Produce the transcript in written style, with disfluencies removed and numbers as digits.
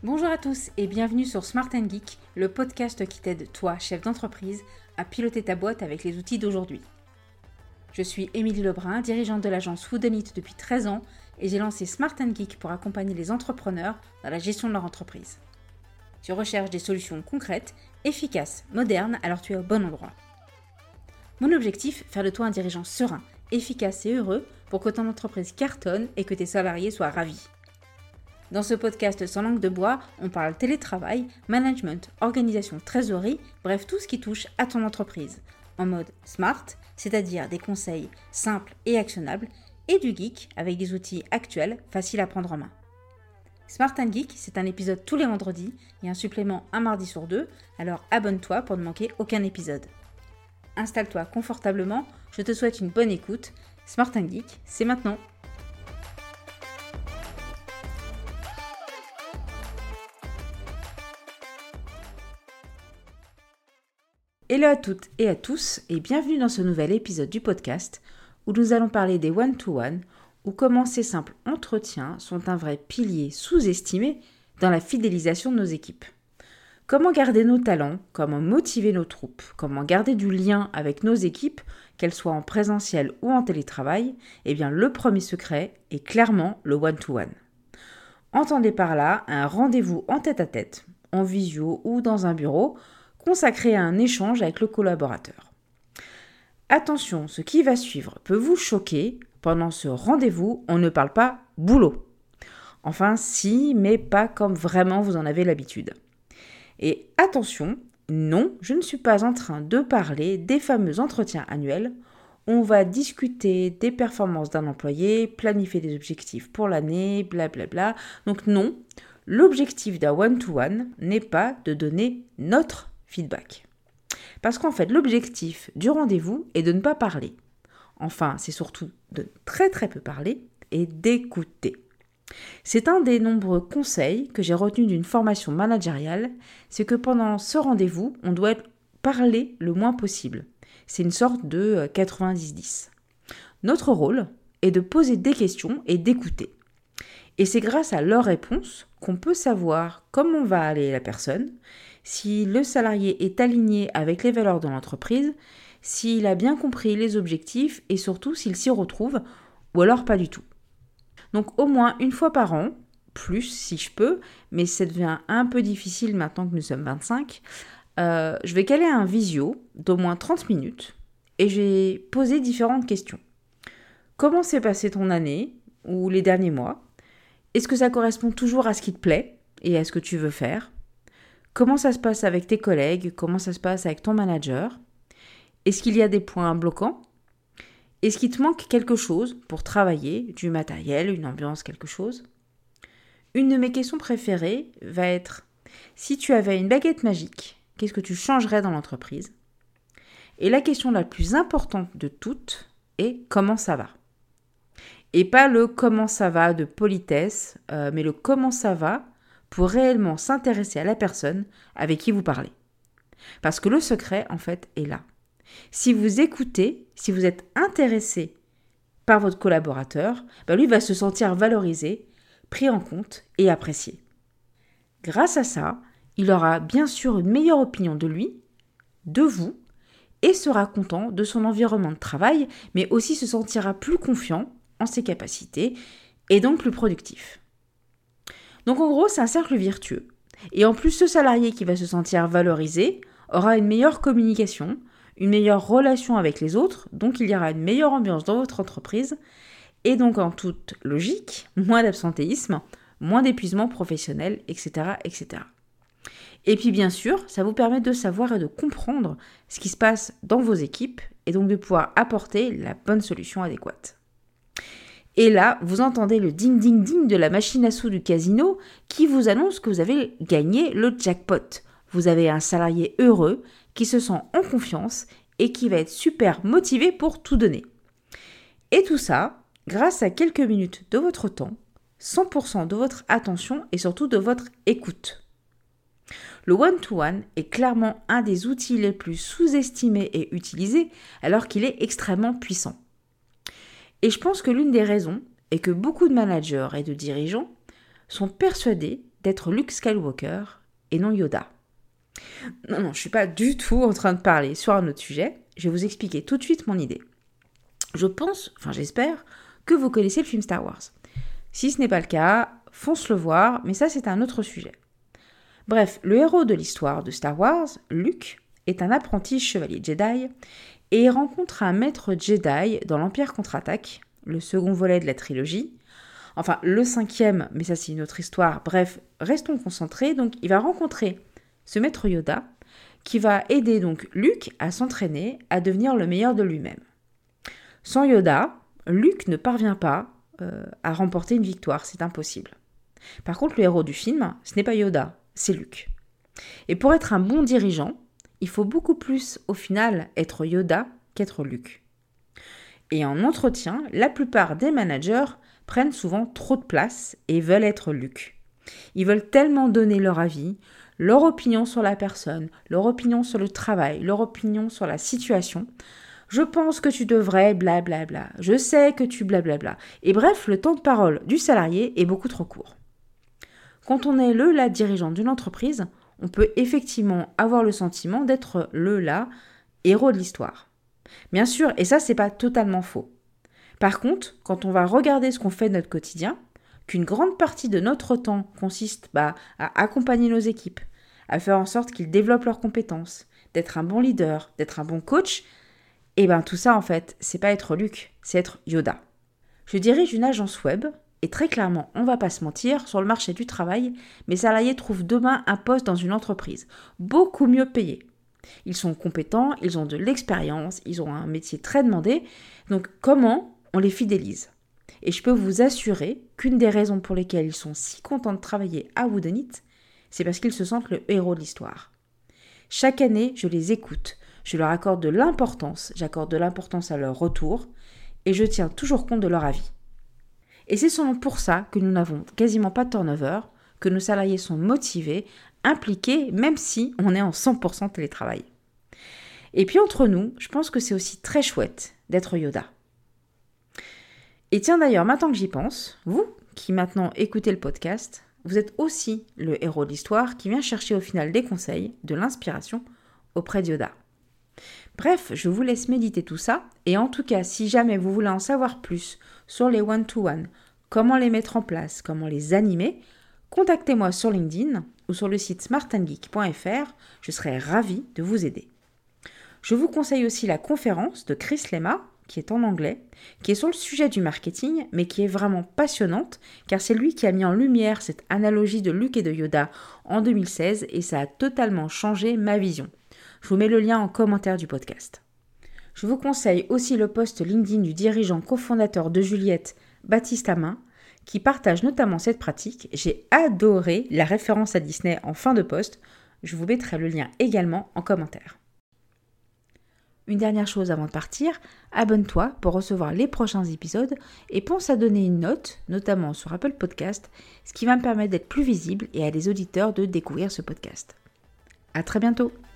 Bonjour à tous et bienvenue sur Smart & Geek, le podcast qui t'aide, toi, chef d'entreprise, à piloter ta boîte avec les outils d'aujourd'hui. Je suis Émilie Lebrun, dirigeante de l'agence Food & Eat depuis 13 ans et j'ai lancé Smart & Geek pour accompagner les entrepreneurs dans la gestion de leur entreprise. Tu recherches des solutions concrètes, efficaces, modernes, alors tu es au bon endroit. Mon objectif, faire de toi un dirigeant serein, efficace et heureux pour que ton entreprise cartonne et que tes salariés soient ravis. Dans ce podcast sans langue de bois, on parle télétravail, management, organisation, trésorerie, bref tout ce qui touche à ton entreprise, en mode smart, c'est-à-dire des conseils simples et actionnables, et du geek avec des outils actuels, faciles à prendre en main. Smart & Geek, c'est un épisode tous les vendredis et un supplément un mardi sur 2, alors abonne-toi pour ne manquer aucun épisode. Installe-toi confortablement, je te souhaite une bonne écoute. Smart & Geek, c'est maintenant. Hello à toutes et à tous et bienvenue dans ce nouvel épisode du podcast où nous allons parler des one-to-one ou comment ces simples entretiens sont un vrai pilier sous-estimé dans la fidélisation de nos équipes. Comment garder nos talents, comment motiver nos troupes, comment garder du lien avec nos équipes, qu'elles soient en présentiel ou en télétravail, eh bien le premier secret est clairement le one-to-one. Entendez par là un rendez-vous en tête-à-tête, en visio ou dans un bureau, consacré à un échange avec le collaborateur. Attention, ce qui va suivre peut vous choquer. Pendant ce rendez-vous, on ne parle pas boulot. Enfin, si, mais pas comme vraiment vous en avez l'habitude. Et attention, non, je ne suis pas en train de parler des fameux entretiens annuels. On va discuter des performances d'un employé, planifier des objectifs pour l'année, blablabla. Donc non, l'objectif d'un one-to-one n'est pas de donner notre feedback. Parce qu'en fait, l'objectif du rendez-vous est de ne pas parler. Enfin, c'est surtout de très peu parler et d'écouter. C'est un des nombreux conseils que j'ai retenus d'une formation managériale, c'est que pendant ce rendez-vous, on doit parler le moins possible. C'est une sorte de 90-10. Notre rôle est de poser des questions et d'écouter. Et c'est grâce à leurs réponses qu'on peut savoir comment va aller la personne, si le salarié est aligné avec les valeurs de l'entreprise, s'il a bien compris les objectifs et surtout s'il s'y retrouve ou alors pas du tout. Donc au moins une fois par an, plus si je peux, mais ça devient un peu difficile maintenant que nous sommes 25, je vais caler un visio d'au moins 30 minutes et je vais poser différentes questions. Comment s'est passée ton année ou les derniers mois ? Est-ce que ça correspond toujours à ce qui te plaît et à ce que tu veux faire ? Comment ça se passe avec tes collègues ? Comment ça se passe avec ton manager ? Est-ce qu'il y a des points bloquants ? Est-ce qu'il te manque quelque chose pour travailler, du matériel, une ambiance, quelque chose ? Une de mes questions préférées va être « Si tu avais une baguette magique, qu'est-ce que tu changerais dans l'entreprise ?» Et la question la plus importante de toutes est « Comment ça va ?» Et pas le « Comment ça va » de politesse, mais le « Comment ça va » pour réellement s'intéresser à la personne avec qui vous parlez. Parce que le secret, en fait, est là. Si vous écoutez, si vous êtes intéressé par votre collaborateur, lui va se sentir valorisé, pris en compte et apprécié. Grâce à ça, il aura bien sûr une meilleure opinion de lui, de vous, et sera content de son environnement de travail, mais aussi se sentira plus confiant en ses capacités et donc plus productif. Donc en gros, c'est un cercle vertueux. Et en plus, ce salarié qui va se sentir valorisé aura une meilleure communication, une meilleure relation avec les autres, donc il y aura une meilleure ambiance dans votre entreprise, et donc en toute logique, moins d'absentéisme, moins d'épuisement professionnel, etc., etc. Et puis bien sûr, ça vous permet de savoir et de comprendre ce qui se passe dans vos équipes, et donc de pouvoir apporter la bonne solution adéquate. Et là, vous entendez le ding-ding-ding de la machine à sous du casino qui vous annonce que vous avez gagné le jackpot. Vous avez un salarié heureux qui se sent en confiance et qui va être super motivé pour tout donner. Et tout ça, grâce à quelques minutes de votre temps, 100% de votre attention et surtout de votre écoute. Le one-to-one est clairement un des outils les plus sous-estimés et utilisés alors qu'il est extrêmement puissant. Et je pense que l'une des raisons est que beaucoup de managers et de dirigeants sont persuadés d'être Luke Skywalker et non Yoda. Non, je ne suis pas du tout en train de parler sur un autre sujet. Je vais vous expliquer tout de suite mon idée. J'espère que vous connaissez le film Star Wars. Si ce n'est pas le cas, fonce le voir, mais ça c'est un autre sujet. Bref, le héros de l'histoire de Star Wars, Luke, est un apprenti chevalier Jedi et il rencontre un maître Jedi dans l'Empire contre-attaque, le second volet de la trilogie. Enfin, le 5e, mais ça c'est une autre histoire. Bref, restons concentrés. Donc, il va rencontrer ce maître Yoda qui va aider donc Luke à s'entraîner, à devenir le meilleur de lui-même. Sans Yoda, Luke ne parvient pas à remporter une victoire, c'est impossible. Par contre, le héros du film, ce n'est pas Yoda, c'est Luke. Et pour être un bon dirigeant, il faut beaucoup plus, au final, être Yoda qu'être Luke. Et en entretien, la plupart des managers prennent souvent trop de place et veulent être Luke. Ils veulent tellement donner leur avis, leur opinion sur la personne, leur opinion sur le travail, leur opinion sur la situation. Je pense que tu devrais blablabla, je sais que tu blablabla. Et bref, le temps de parole du salarié est beaucoup trop court. Quand on est la dirigeante d'une entreprise, on peut effectivement avoir le sentiment d'être héros de l'histoire. Bien sûr, et ça c'est pas totalement faux. Par contre, quand on va regarder ce qu'on fait de notre quotidien, qu'une grande partie de notre temps consiste à accompagner nos équipes, à faire en sorte qu'ils développent leurs compétences, d'être un bon leader, d'être un bon coach, et tout ça en fait, c'est pas être Luke, c'est être Yoda. Je dirige une agence web, et très clairement, on va pas se mentir, sur le marché du travail, mes salariés trouvent demain un poste dans une entreprise, beaucoup mieux payé. Ils sont compétents, ils ont de l'expérience, ils ont un métier très demandé, donc comment on les fidélise? Et je peux vous assurer qu'une des raisons pour lesquelles ils sont si contents de travailler à Whodunit, c'est parce qu'ils se sentent le héros de l'histoire. Chaque année, je les écoute, je leur accorde de l'importance, j'accorde de l'importance à leur retour, et je tiens toujours compte de leur avis. Et c'est seulement pour ça que nous n'avons quasiment pas de turnover, que nos salariés sont motivés, impliqués, même si on est en 100% télétravail. Et puis entre nous, je pense que c'est aussi très chouette d'être Yoda. Et tiens d'ailleurs, maintenant que j'y pense, vous qui maintenant écoutez le podcast, vous êtes aussi le héros de l'histoire qui vient chercher au final des conseils, de l'inspiration auprès de Yoda. Bref, je vous laisse méditer tout ça, et en tout cas, si jamais vous voulez en savoir plus sur les one-to-one, comment les mettre en place, comment les animer, contactez-moi sur LinkedIn ou sur le site smartandgeek.fr, je serai ravie de vous aider. Je vous conseille aussi la conférence de Chris Lema, qui est en anglais, qui est sur le sujet du marketing, mais qui est vraiment passionnante, car c'est lui qui a mis en lumière cette analogie de Luke et de Yoda en 2016, et ça a totalement changé ma vision. Je vous mets le lien en commentaire du podcast. Je vous conseille aussi le post LinkedIn du dirigeant cofondateur de Juliette, Baptiste Amin, qui partage notamment cette pratique. J'ai adoré la référence à Disney en fin de post. Je vous mettrai le lien également en commentaire. Une dernière chose avant de partir, abonne-toi pour recevoir les prochains épisodes et pense à donner une note, notamment sur Apple Podcast, ce qui va me permettre d'être plus visible et à des auditeurs de découvrir ce podcast. À très bientôt!